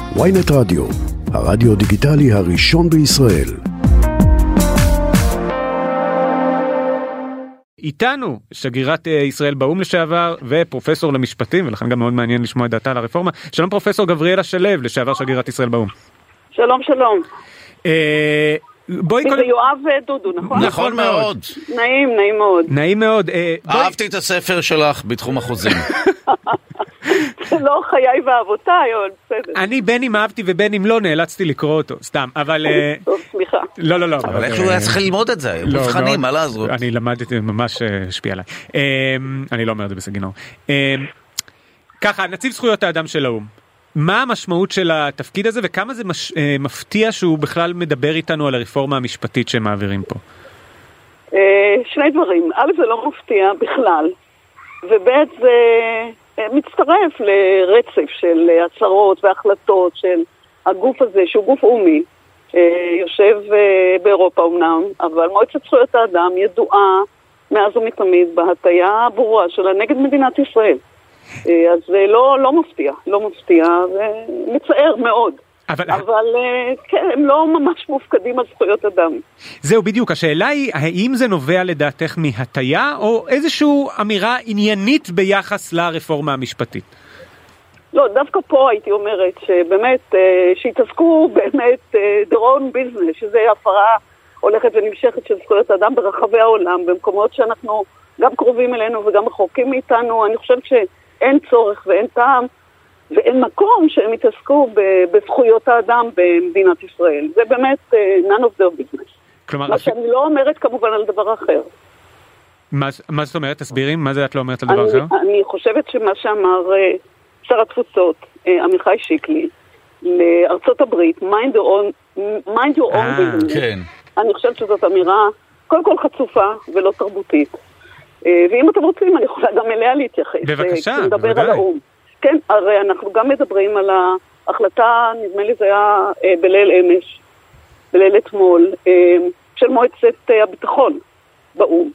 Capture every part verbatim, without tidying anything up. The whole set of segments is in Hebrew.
וויינט רדיו, הרדיו דיגיטלי הראשון בישראל. איתנו שגרירת ישראל באום לשעבר ופרופסור למשפטים, ולכן גם מאוד מעניין לשמוע את דעתה על הרפורמה. שלום פרופסור גבריאלה שלו, לשעבר שגרירת ישראל באום. שלום שלום. אה, בואי זה יואב דודו, נכון? נכון מאוד. נעים, נעים מאוד. נעים מאוד. אה, בואי... אהבתי את הספר שלך בתחום החוזים. זה לא חיי ואבותיי, אבל בסדר. אני בין אם אהבתי ובין אם לא נאלצתי לקרוא אותו, סתם, אבל... טוב, סליחה. לא, לא, לא. אבל איך הוא היה צריך ללמוד את זה? מבחנים, מה לעזור? אני למדתי, ממש השפיע עליי. אני לא אומר את זה בסגנון. ככה, נציב זכויות האדם של האו"ם. מה המשמעות של התפקיד הזה, וכמה זה מפתיע שהוא בכלל מדבר איתנו על הרפורמה המשפטית שמעבירים פה? שני דברים. א', זה לא מפתיע בכלל, וב' זה... מצטרף לרצף של הצהרות והחלטות של הגוף הזה, שהוא גוף אומי, יושב באירופה אמנם, אבל מועצת זכויות האדם ידועה מאז ומתמיד בהטיה ברורה שלה נגד מדינת ישראל. אז זה לא, לא מפתיע, לא מפתיע, ומצער מאוד. אבל, אבל כן, הם לא ממש מופקדים על זכויות אדם. זהו בדיוק, השאלה היא, האם זה נובע לדעתך מהטיה, או איזושהי אמירה עניינית ביחס לרפורמה המשפטית? לא, דווקא פה הייתי אומרת שבאמת, שהתעסקו באמת their own business, שזה הפרה הולכת ונמשכת של זכויות אדם ברחבי העולם, במקומות שאנחנו גם קרובים אלינו וגם רחוקים מאיתנו. אני חושבת שאין צורך ואין טעם, ואין מקום שהם יתעסקו בזכויות האדם במדינת ישראל. זה באמת none of their business. כלומר, מה שאני לא אומרת כמובן על דבר אחר. מה, מה זאת אומרת? תסבירי, מה זה את לא אומרת על דבר אחר? אני, אני חושבת שמה שאמר שר התפוצות, עמיחי שיקלי, לארצות הברית, mind your own, mind your own business. כן. אני חושבת שזאת אמירה, קודם כל חצופה ולא תרבותית. ואם אתם רוצים, אני יכולה גם אליה להתייחס. בבקשה, בוודאי. על האום. כן, הרי אנחנו גם מדברים על ההחלטה, נדמה לי זה היה אה, בליל אמש, בליל אתמול, אה, של מועצת אה, הביטחון באום.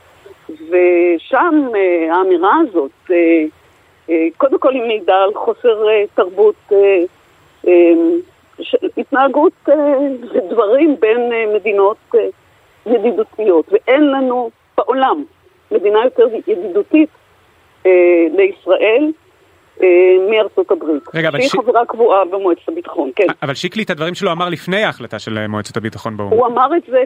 ושם אה, האמירה הזאת, אה, אה, קודם כל היא מעידה על חוסר אה, תרבות, אה, אה, של התנהגות אה, ודברים בין אה, מדינות אה, ידידותיות. ואין לנו בעולם מדינה יותר ידידותית אה, לישראל, מארצות הברית. שהיא חברה קבועה במועצת הביטחון, כן. אבל שיקלי את הדברים שלו אמר לפני ההחלטה של מועצת הביטחון באו"ם. הוא אמר את זה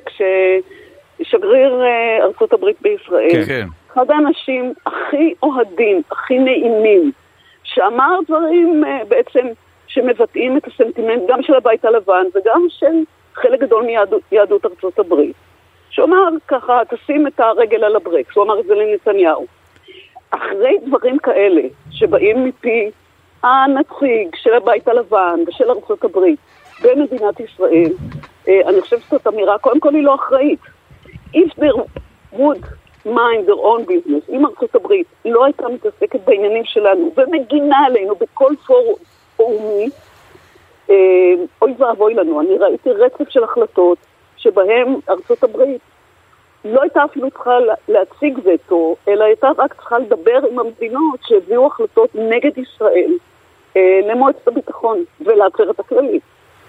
כששגריר ארצות הברית בישראל, אחד האנשים הכי אוהדים, הכי נעימים, שאמר דברים בעצם שמבטאים את הסנטימנט גם של הבית הלבן וגם של חלק גדול מיהדות ארצות הברית. שהוא אמר ככה, תשים את הרגל על הברקס, הוא אמר את זה לנתניהו. אחרי דברים כאלה שבאים מפי הנציג של הבית הלבן ושל ארצות הברית במדינת ישראל, אני חושבת שזאת אמירה, קודם כל היא לא אחראית. If there would mind their own business, אם ארצות הברית לא הייתה מתעסקת בעניינים שלנו ומגינה עלינו בכל פורום פורמי, אוי ואבוי לנו. אני ראיתי רצף של החלטות שבהם ארצות הברית לא הייתה אפילו צריכה להציג וטו, אלא הייתה רק צריכה לדבר עם המדינות שהביאו החלטות נגד ישראל אה, למועצת הביטחון ולעצרת הכללית.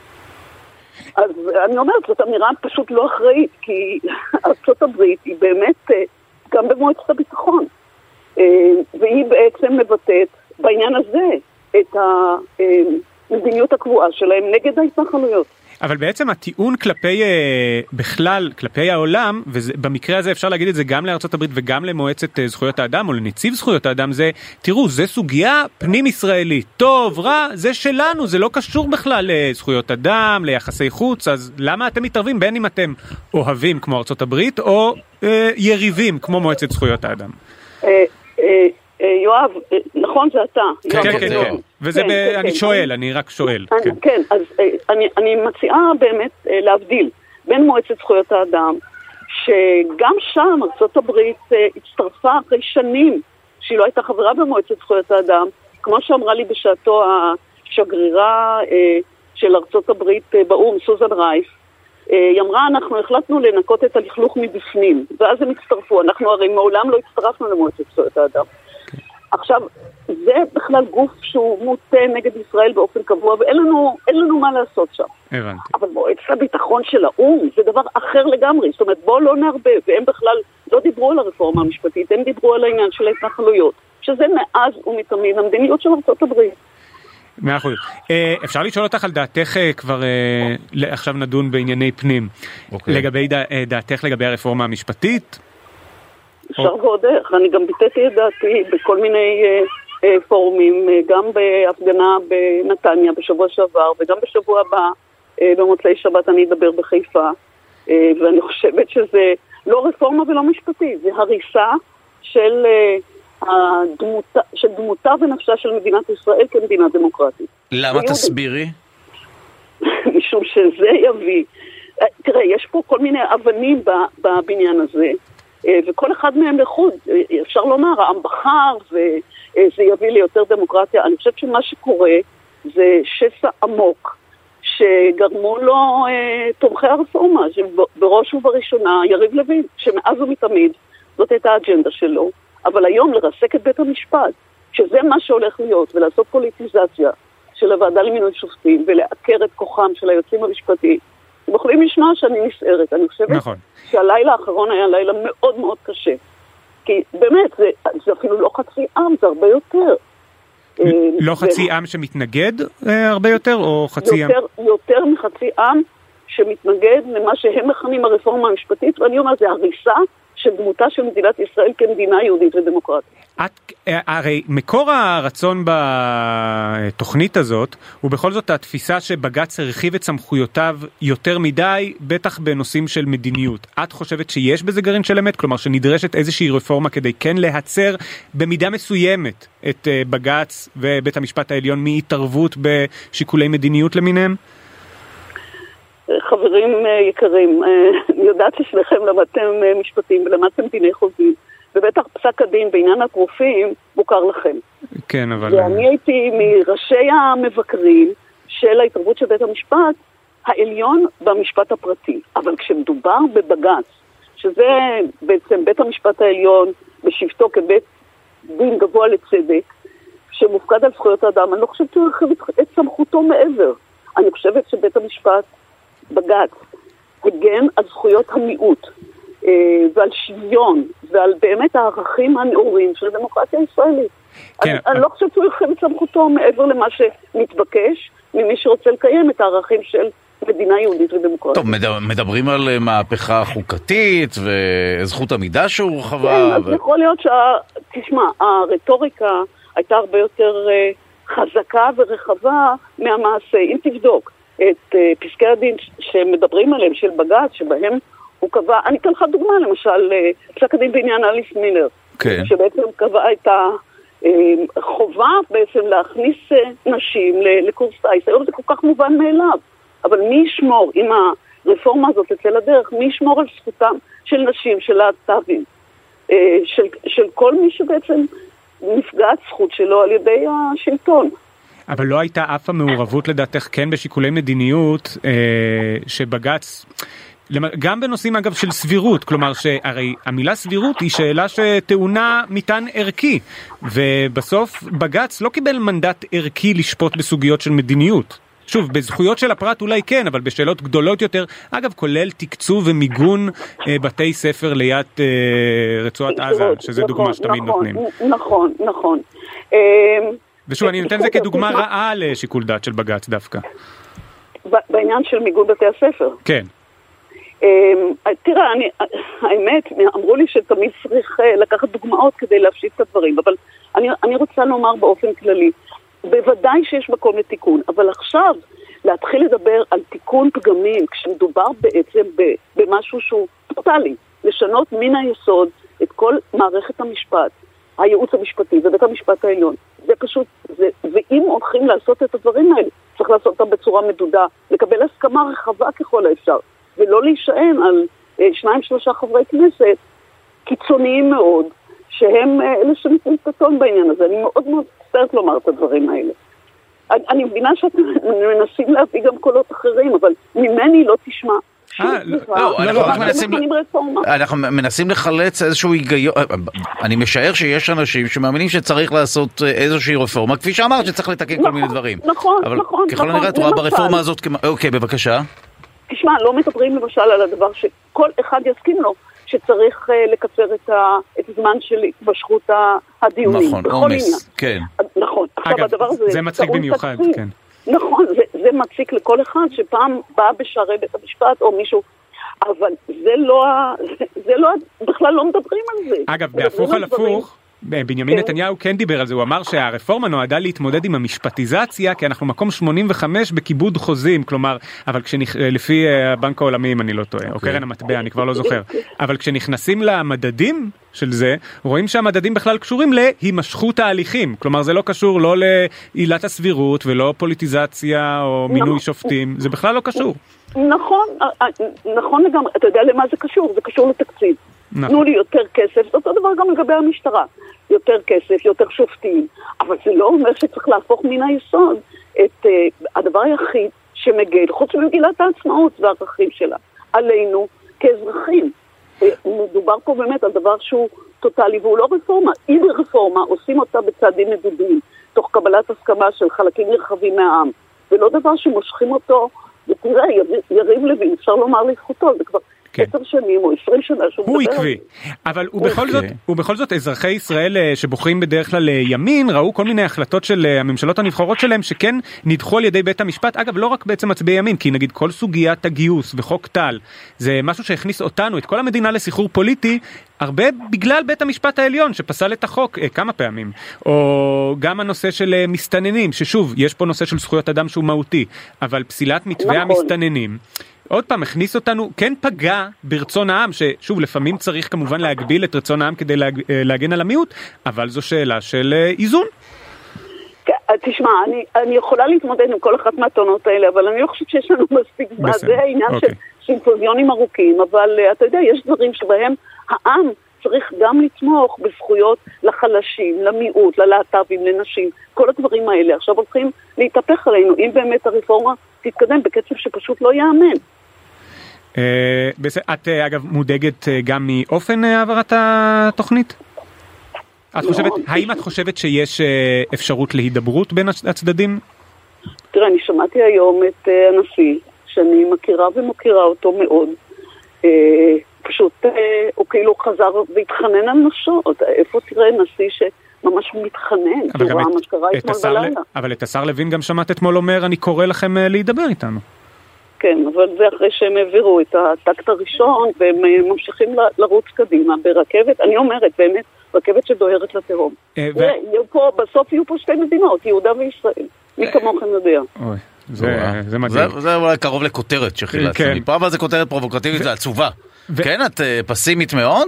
אז אני אומרת, זאת אמירה פשוט לא אחראית, כי ארצות הברית היא באמת אה, גם במועצת הביטחון, אה, והיא בעצם מבטאת בעניין הזה את המדיניות הקבועה שלהם נגד ההתנחלויות. אבל בעצם הטיעון כלפי, בכלל, כלפי העולם, ובמקרה הזה אפשר להגיד את זה גם לארצות הברית וגם למועצת זכויות האדם, או לנציב זכויות האדם, זה, תראו, זה סוגיה פנים ישראלית. טוב, רע, זה שלנו, זה לא קשור בכלל לזכויות אדם, ליחסי חוץ, אז למה אתם מתערבים בין אם אתם אוהבים כמו ארצות הברית, או אה, יריבים כמו מועצת זכויות האדם? אה, אה, יואב, נכון זה אתה. כן, כן, כן. וזה, אני שואל, אני רק שואל. כן, אז אני מציעה באמת להבדיל בין מועצת זכויות האדם, שגם שם ארצות הברית הצטרפה אחרי שנים שהיא לא הייתה חברה במועצת זכויות האדם, כמו שאמרה לי בשעתו השגרירה של ארצות הברית באו"ם, סוזן רייס, היא אמרה, אנחנו החלטנו לנקות את הלכלוך מבפנים, ואז הם הצטרפו. אנחנו הרי מעולם לא הצטרפנו למועצת זכויות האדם. עכשיו, זה בכלל גוף שהוא מוטה נגד ישראל באופן קבוע, ואין לנו, אין לנו מה לעשות שם. הבנתי. אבל מועצת הביטחון של האו"ם זה דבר אחר לגמרי, זאת אומרת בואו לא נערבב, והם בכלל לא דיברו על הרפורמה המשפטית, הם דיברו על העניין של ההתנחלויות, שזה מאז ומתמיד המדיניות של ארצות הברית. מאה אחוז. אפשר לשאול אותך על דעתך, כבר עכשיו נדון בענייני פנים, לגבי דעתך לגבי הרפורמה המשפטית? אפשר ועוד איך, אני גם ביטאתי את דעתי בכל מיני פורומים, גם בהפגנה בנתניה בשבוע שעבר, וגם בשבוע הבא במוצאי שבת אני אדבר בחיפה, ואני חושבת שזה לא רפורמה ולא משפטי, זה הריסה של הדמותה, של דמותה ונפשה של מדינת ישראל כמדינה דמוקרטית. למה תסבירי? משום שזה יביא, תראה, יש פה כל מיני אבנים בבניין הזה, וכל אחד מהם לחוד, אפשר לומר, העם בחר וזה יביא ליותר דמוקרטיה. אני חושבת שמה שקורה זה שסע עמוק שגרמו לו תומכי הרפורמה, שבראש ובראשונה יריב לוין, שמאז ומתמיד זאת הייתה האג'נדה שלו, אבל היום לרסק את בית המשפט, שזה מה שהולך להיות, ולעשות פוליטיזציה של הוועדה למינוי שופטים, ולעקר את כוחם של היוצאים המשפטיים, אתם יכולים לשמוע שאני נסערת. אני חושבת נכון. שהלילה האחרון היה לילה מאוד מאוד קשה. כי באמת, זה, זה אפילו לא חצי עם, זה הרבה יותר. לא חצי עם שמתנגד הרבה יותר, או חצי יותר, עם? יותר מחצי עם שמתנגד למה שהם מכנים הרפורמה המשפטית, ואני אומר, זה הריסה של דמותה של מדינת ישראל כמדינה יהודית ודמוקרטית. את, הרי מקור הרצון בתוכנית הזאת, הוא בכל זאת התפיסה שבג"ץ הרחיב את סמכויותיו יותר מדי, בטח בנושאים של מדיניות. את חושבת שיש בזה גרעין של אמת? כלומר שנדרשת איזושהי רפורמה כדי כן להצר במידה מסוימת את בג"ץ ובית המשפט העליון מהתערבות בשיקולי מדיניות למיניהם? חברים יקרים, אני יודעת ששניכם למדתם משפטים ולמדתם דיני חוזים, ובטח פסק הדין בעניין הפרופילים מוכר לכם. כן, אבל... ואני הייתי מראשי המבקרים של ההתערבות של בית המשפט העליון במשפט הפרטי. אבל כשמדובר בבג"ץ, שזה בעצם בית המשפט העליון בשבתו כבית דין גבוה לצדק, שמופקד על זכויות האדם, אני לא חושבת שהוא הרחיב את סמכותו מעבר. אני חושבת שבית המשפט בג"ץ הגן על זכויות המיעוט ועל שוויון ועל באמת הערכים הנאורים של הדמוקרטיה הישראלית. כן. אני, אני לא חושבת שהוא הרחיב את סמכותו מעבר למה שמתבקש ממי שרוצה לקיים את הערכים של מדינה יהודית ודמוקרטית. טוב, מדברים על מהפכה חוקתית וזכות המידה שהורחבה. כן, אז ו... יכול להיות שה... תשמע, הרטוריקה הייתה הרבה יותר חזקה ורחבה מהמעשה. אם תבדוק את פסקי הדין שמדברים עליהם של בג"ץ, שבהם הוא קבע, אני אתן לך דוגמה, למשל, פסק הדין בעניין אליס מילר, כן. שבעצם קבע את החובה בעצם להכניס נשים לקורס טייס. היום זה כל כך מובן מאליו, אבל מי ישמור, אם הרפורמה הזאת תצא לדרך, מי ישמור על זכותם של נשים, של להט"בים, של, של כל מי שבעצם נפגעת זכות שלו על ידי השלטון. אבל לא הייתה אף המעורבות לדעתך כן בשיקולי מדיניות אה, שבג"ץ, גם בנושאים אגב של סבירות, כלומר שהרי המילה סבירות היא שאלה שטעונה מטען ערכי, ובסוף בג"ץ לא קיבל מנדט ערכי לשפוט בסוגיות של מדיניות. שוב, בזכויות של הפרט אולי כן, אבל בשאלות גדולות יותר, אגב כולל תקצוב ומיגון אה, בתי ספר ליד אה, רצועת עזה, שזה נכון, דוגמה שתמיד נכון, נותנים. נכון, נכון. ושוב, אני נותן זה כדוגמה רעה לשיקול דעת של בג"ץ דווקא. בעניין של מיגון בתי הספר? כן. תראה, אני, האמת, אמרו לי שתמיד צריך לקחת דוגמאות כדי להפשיט את הדברים, אבל אני, אני רוצה לומר באופן כללי, בוודאי שיש מקום לתיקון, אבל עכשיו להתחיל לדבר על תיקון פגמים, כשמדובר בעצם במשהו שהוא טוטלי, לשנות מן היסוד את כל מערכת המשפט, הייעוץ המשפטי ובית המשפט העליון, זה פשוט, זה, ואם הולכים לעשות את הדברים האלה, צריך לעשות אותם בצורה מדודה, לקבל הסכמה רחבה ככל האפשר, ולא להישען על אה, שניים שלושה חברי כנסת קיצוניים מאוד, שהם אה, אלה שנתנים את הטון בעניין הזה. אני מאוד מאוד מצטערת לומר את הדברים האלה. אני, אני מבינה שאתם מנסים להביא גם קולות אחרים, אבל ממני לא תשמע. אנחנו מנסים לחלץ איזשהו היגיון. אני משער שיש אנשים שמאמינים שצריך לעשות איזושהי רפורמה, כפי שאמרת שצריך לתקן כל מיני דברים. נכון, נכון. ככל הנראה את רואה ברפורמה הזאת, אוקיי, בבקשה. תשמע, לא מדברים למשל על הדבר שכל אחד יסכים לו, שצריך לקצר את הזמן של התמשכות הדיונים. נכון, אומס, כן. נכון. אגב, זה מציק במיוחד, כן. נכון, זה, זה מציק לכל אחד שפעם בא בשערי בית המשפט או מישהו, אבל זה לא, זה, זה לא, בכלל לא מדברים על זה. אגב, בהפוך על הפוך, בנימין נתניהו כן דיבר על זה, הוא אמר שהרפורמה נועדה להתמודד עם המשפטיזציה, כי אנחנו מקום שמונים וחמש בכיבוד חוזים, כלומר, אבל לפי הבנק העולמי, אם אני לא טועה, או קרן המטבע, אני כבר לא זוכר, אבל כשנכנסים למדדים של זה, רואים שהמדדים בכלל קשורים להימשכות ההליכים, כלומר זה לא קשור לא לעילת הסבירות ולא פוליטיזציה או מינוי שופטים, זה בכלל לא קשור. נכון, נכון לגמרי, אתה יודע למה זה קשור? זה קשור לתקציב. תנו לי יותר כסף, זה אותו דבר גם לגבי המשטרה, יותר כסף, יותר שופטים, אבל זה לא אומר שצריך להפוך מן היסוד את uh, הדבר היחיד שמגן, חוץ ממגילת העצמאות והערכים שלה, עלינו כאזרחים. מדובר פה באמת על דבר שהוא טוטלי, והוא לא רפורמה. אם רפורמה עושים אותה בצעדים מדודים, תוך קבלת הסכמה של חלקים נרחבים מהעם, ולא דבר שמושכים אותו, ותראה, יריב לוין, אפשר לומר לזכותו, זה כבר עשר שנים או עשרים שנה שהוא מדבר. הוא עקבי, אבל הוא בכל זאת, הוא בכל זאת אזרחי ישראל שבוחרים בדרך כלל ימין, ראו כל מיני החלטות של הממשלות הנבחרות שלהם שכן נדחו על ידי בית המשפט, אגב לא רק בעצם מצביעי ימין, כי נגיד כל סוגיית הגיוס וחוק טל, זה משהו שהכניס אותנו, את כל המדינה לסחרור פוליטי, הרבה בגלל בית המשפט העליון שפסל את החוק אה, כמה פעמים, או גם הנושא של אה, מסתננים, ששוב, יש פה נושא של זכויות אדם שהוא מהותי, אבל פסילת מתווה נכון. המסתננים, עוד פעם, הכניס אותנו, כן פגע ברצון העם, ששוב, לפעמים צריך כמובן להגביל את רצון העם כדי להג, להגן על המיעוט, אבל זו שאלה של אה, איזון. תשמע, אני, אני יכולה להתמודד עם כל אחת מהטענות האלה, אבל אני לא חושבת שיש לנו מספיק, זה העניין אוקיי. של סימפוזיונים ארוכים, אבל uh, אתה יודע, יש דברים שבהם העם צריך גם לתמוך בזכויות לחלשים, למיעוט, ללהט"בים, לנשים, כל הדברים האלה. עכשיו הולכים להתהפך עלינו, אם באמת הרפורמה תתקדם בקצב שפשוט לא יאמן. את אגב מודאגת גם מאופן העברת התוכנית? את חושבת, האם את חושבת שיש אפשרות להידברות בין הצדדים? תראה, אני שמעתי היום את הנשיא, שאני מכירה ומכירה אותו מאוד, פשוט הוא כאילו חזר והתחנן על נשות. איפה תראה נשיא שממש מתחנן? אבל, את, את השר, אבל את השר לוין גם שמעת אתמול אומר, אני קורא לכם להידבר איתנו. כן, אבל זה אחרי שהם העבירו את הטקט הראשון, והם ממשיכים לרוץ קדימה ברכבת. אני אומרת, באמת, רכבת שדוהרת לתהום. פה, בסוף יהיו פה שתי מדינות, יהודה וישראל. מי כמוכם יודע. אוי. זה מדהים. זה אולי קרוב לכותרת שחילצת לי. פעם זה כותרת פרובוקטיבית ועצובה. כן, את פסימית מאוד?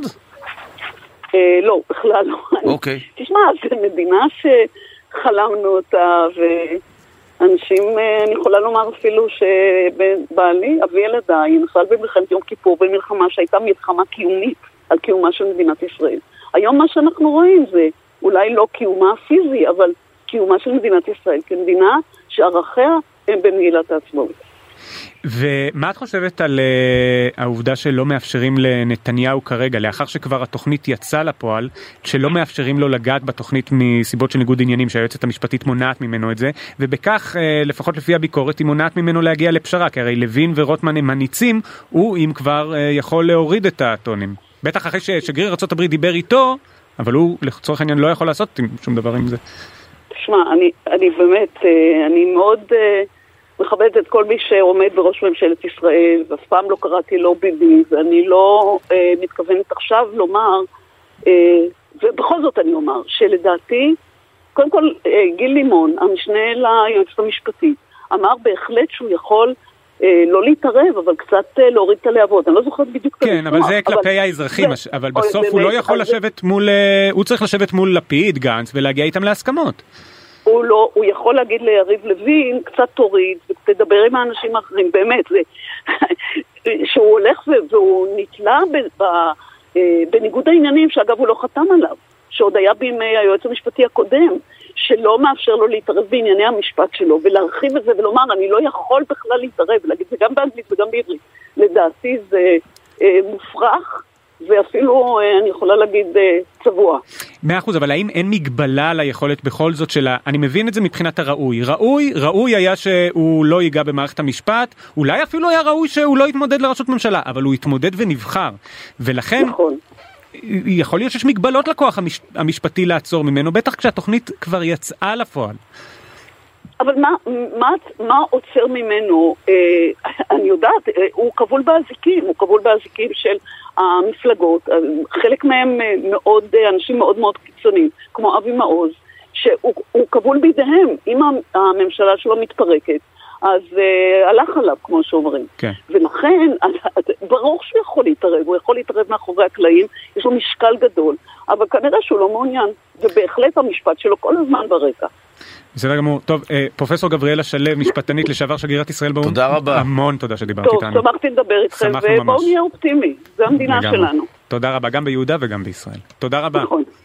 לא, בכלל לא. אוקיי. תשמע, זו מדינה שחלמנו אותה, ואנשים, אני יכולה לומר אפילו שבעלי, אבי ילדיי, נפל במלחמת יום כיפור, במלחמה שהייתה מלחמה קיומית על קיומה של מדינת ישראל. היום מה שאנחנו רואים זה אולי לא קיומה הפיזי, אבל קיומה של מדינת ישראל, כמדינה שערכיה הם במגילת העצמאות. ומה את חושבת על uh, העובדה שלא מאפשרים לנתניהו כרגע, לאחר שכבר התוכנית יצאה לפועל, שלא מאפשרים לו לגעת בתוכנית מסיבות של ניגוד עניינים, שהיועצת המשפטית מונעת ממנו את זה, ובכך, uh, לפחות לפי הביקורת, היא מונעת ממנו להגיע לפשרה, כי הרי לוין ורוטמן הם מניצים, הוא אם כבר uh, יכול להוריד את הטונים. בטח אחרי ששגריר ארצות הברית דיבר איתו, אבל הוא לצורך העניין לא יכול לעשות שום דבר עם זה. תשמע, אני, אני באמת, אני מאוד מכבדת את כל מי שעומד בראש ממשלת ישראל, ואף פעם לא קראתי לו ביבי, ואני לא מתכוונת עכשיו לומר, ובכל זאת אני אומר, שלדעתי, קודם כל גיל לימון, המשנה ליועצת המשפטית, אמר בהחלט שהוא יכול לא להתערב, אבל קצת להוריד את הלהבות. אני לא זוכרת בדיוק את כן, אבל זה כלפי האזרחים, אבל בסוף הוא לא יכול לשבת מול, הוא צריך לשבת מול לפיד, גנץ, ולהגיע איתם להסכמות. הוא לא, הוא יכול להגיד ליריב לוין, קצת תוריד, ותדבר עם האנשים האחרים, באמת, זה, שהוא הולך והוא נתלה בניגוד העניינים, שאגב הוא לא חתם עליו, שעוד היה בימי היועץ המשפטי הקודם, שלא מאפשר לו להתערב בענייני המשפט שלו, ולהרחיב את זה ולומר, אני לא יכול בכלל להתערב, ולהגיד זה גם באנגלית וגם בעברית, לדעתי זה מופרך, ואפילו, אני יכולה להגיד, צבוע. מאה אחוז, אבל האם אין מגבלה ליכולת בכל זאת שלה? אני מבין את זה מבחינת הראוי. ראוי, ראוי היה שהוא לא ייגע במערכת המשפט, אולי אפילו היה ראוי שהוא לא יתמודד לראשות ממשלה, אבל הוא יתמודד ונבחר. ולכן, נכון. יכול להיות שיש מגבלות לכוח המש... המשפטי לעצור ממנו, בטח כשהתוכנית כבר יצאה לפועל. אבל מה, מה, מה עוצר ממנו? אה, אני יודעת, אה, הוא כבול באזיקים, הוא כבול באזיקים של המפלגות, חלק מהם מאוד, אנשים מאוד מאוד קיצוניים, כמו אבי מעוז, שהוא כבול בידיהם. אם הממשלה שלו מתפרקת, אז uh, הלך עליו, כמו שאומרים. כן. ולכן, ברור שהוא יכול להתערב, הוא יכול להתערב מאחורי הקלעים, יש לו משקל גדול, אבל כנראה שהוא לא מעוניין, ובהחלט המשפט שלו כל הזמן ברקע. בסדר גמור. טוב, פרופסור גבריאלה שלו, משפטנית לשעבר שגרירת ישראל באו"ם. תודה רבה. המון תודה שדיברת איתנו. טוב, שמחתי לדבר איתכם, ובואו נהיה אופטימי, זה המדינה שלנו. תודה רבה, גם ביהודה וגם בישראל. תודה רבה. נכון.